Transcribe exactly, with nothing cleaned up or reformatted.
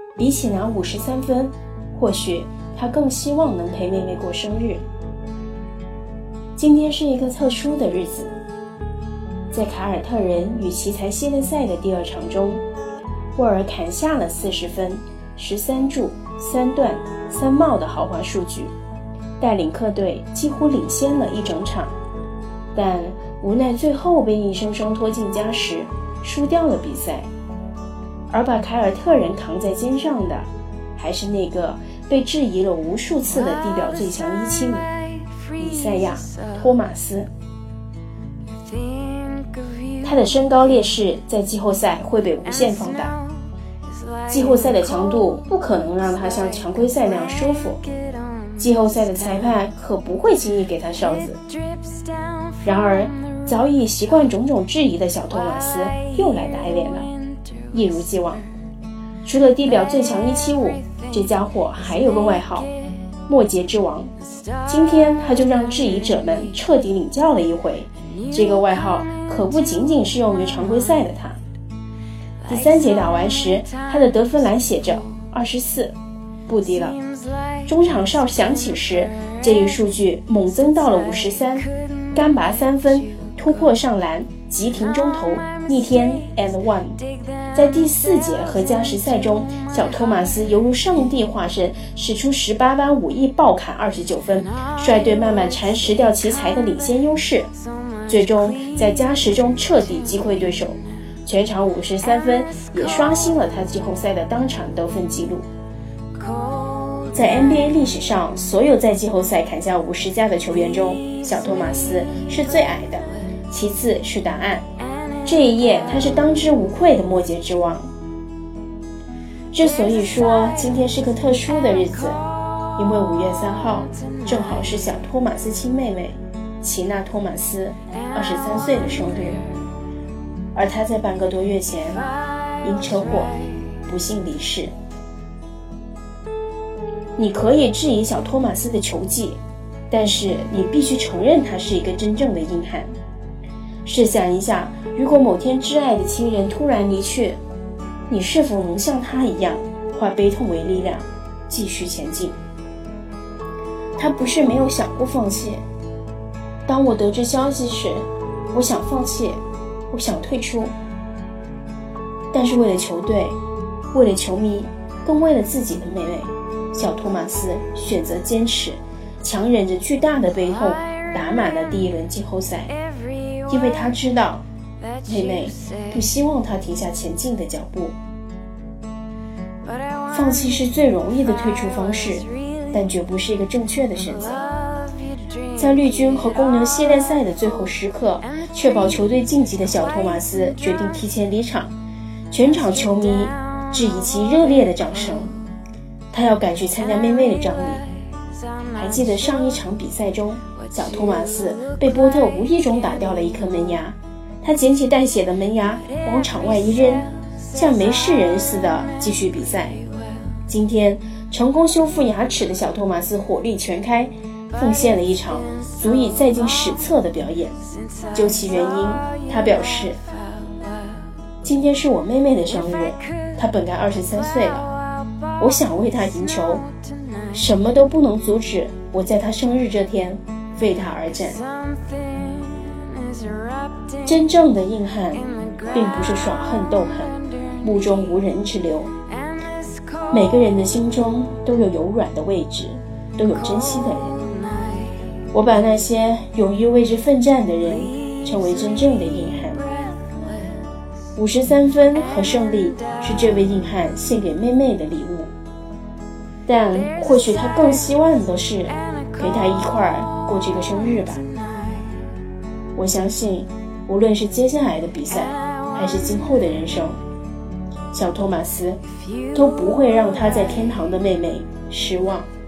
比起拿五十三分，或许他更希望能陪妹妹过生日。今天是一个特殊的日子，在凯尔特人与奇才系列赛的第二场中，沃尔砍下了四十分、十三助、三断、三帽的豪华数据，带领客队几乎领先了一整场，但无奈最后被硬生生拖进加时，输掉了比赛。而把凯尔特人扛在肩上的，还是那个被质疑了无数次的地表最强一七五以赛亚·托马斯。他的身高劣势在季后赛会被无限放大，季后赛的强度不可能让他像常规赛那样舒服，季后赛的裁判可不会轻易给他哨子。然而早已习惯种种质疑的小托马斯又来打脸了，一如既往。除了地表最强一七五，这家伙还有个外号末节之王，今天他就让质疑者们彻底领教了一回，这个外号可不仅仅适用于常规赛的他。第三节打完时，他的得分栏写着二十四，不低了。中场哨响起时，这一数据猛增到了五十三，干拔三分，突破上篮，急停中投，逆天 and one。 在第四节和加时赛中，小托马斯犹如上帝化身，使出十八般武艺暴砍二十九分，率队慢慢蚕食掉奇才的领先优势，最终在加时中彻底击溃对手，全场五十三分，也刷新了他季后赛的当场得分纪录。在 N B A 历史上，所有在季后赛砍下五十加的球员中，小托马斯是最矮的，其次是答案。这一夜他是当之无愧的末节之王。之所以说今天是个特殊的日子，因为五月三号正好是小托马斯亲妹妹齐娜·托马斯二十三岁的生日，而她在半个多月前因车祸不幸离世。你可以质疑小托马斯的球技，但是你必须承认他是一个真正的硬汉。试想一下，如果某天挚爱的亲人突然离去，你是否能像他一样化悲痛为力量，继续前进？他不是没有想过放弃。当我得知消息时，我想放弃，我想退出，但是为了球队，为了球迷，更为了自己的妹妹，小托马斯选择坚持，强忍着巨大的悲痛，打满了第一轮季后赛，因为他知道妹妹不希望他停下前进的脚步。放弃是最容易的退出方式，但绝不是一个正确的选择。在绿军和公牛系列赛的最后时刻，确保球队晋级的小托马斯决定提前离场，全场球迷致以其热烈的掌声。他要赶去参加妹妹的葬礼。还记得上一场比赛中，小托马斯被波特无意中打掉了一颗门牙，他捡起带血的门牙往场外一扔，像没事人似的继续比赛。今天成功修复牙齿的小托马斯火力全开，奉献了一场足以载进史册的表演。究其原因，他表示，今天是我妹妹的生日，她本该二十三岁了，我想为她赢球，什么都不能阻止我在她生日这天为她而战。真正的硬汉并不是耍横斗狠，目中无人之流，每个人的心中都有柔软的位置，都有珍惜的人。我把那些勇于为之奋战的人称为真正的硬汉。五十三分和胜利是这位硬汉献给妹妹的礼物，但或许他更希望的是陪她一块儿过这个生日吧。我相信无论是接下来的比赛还是今后的人生，小托马斯都不会让他在天堂的妹妹失望。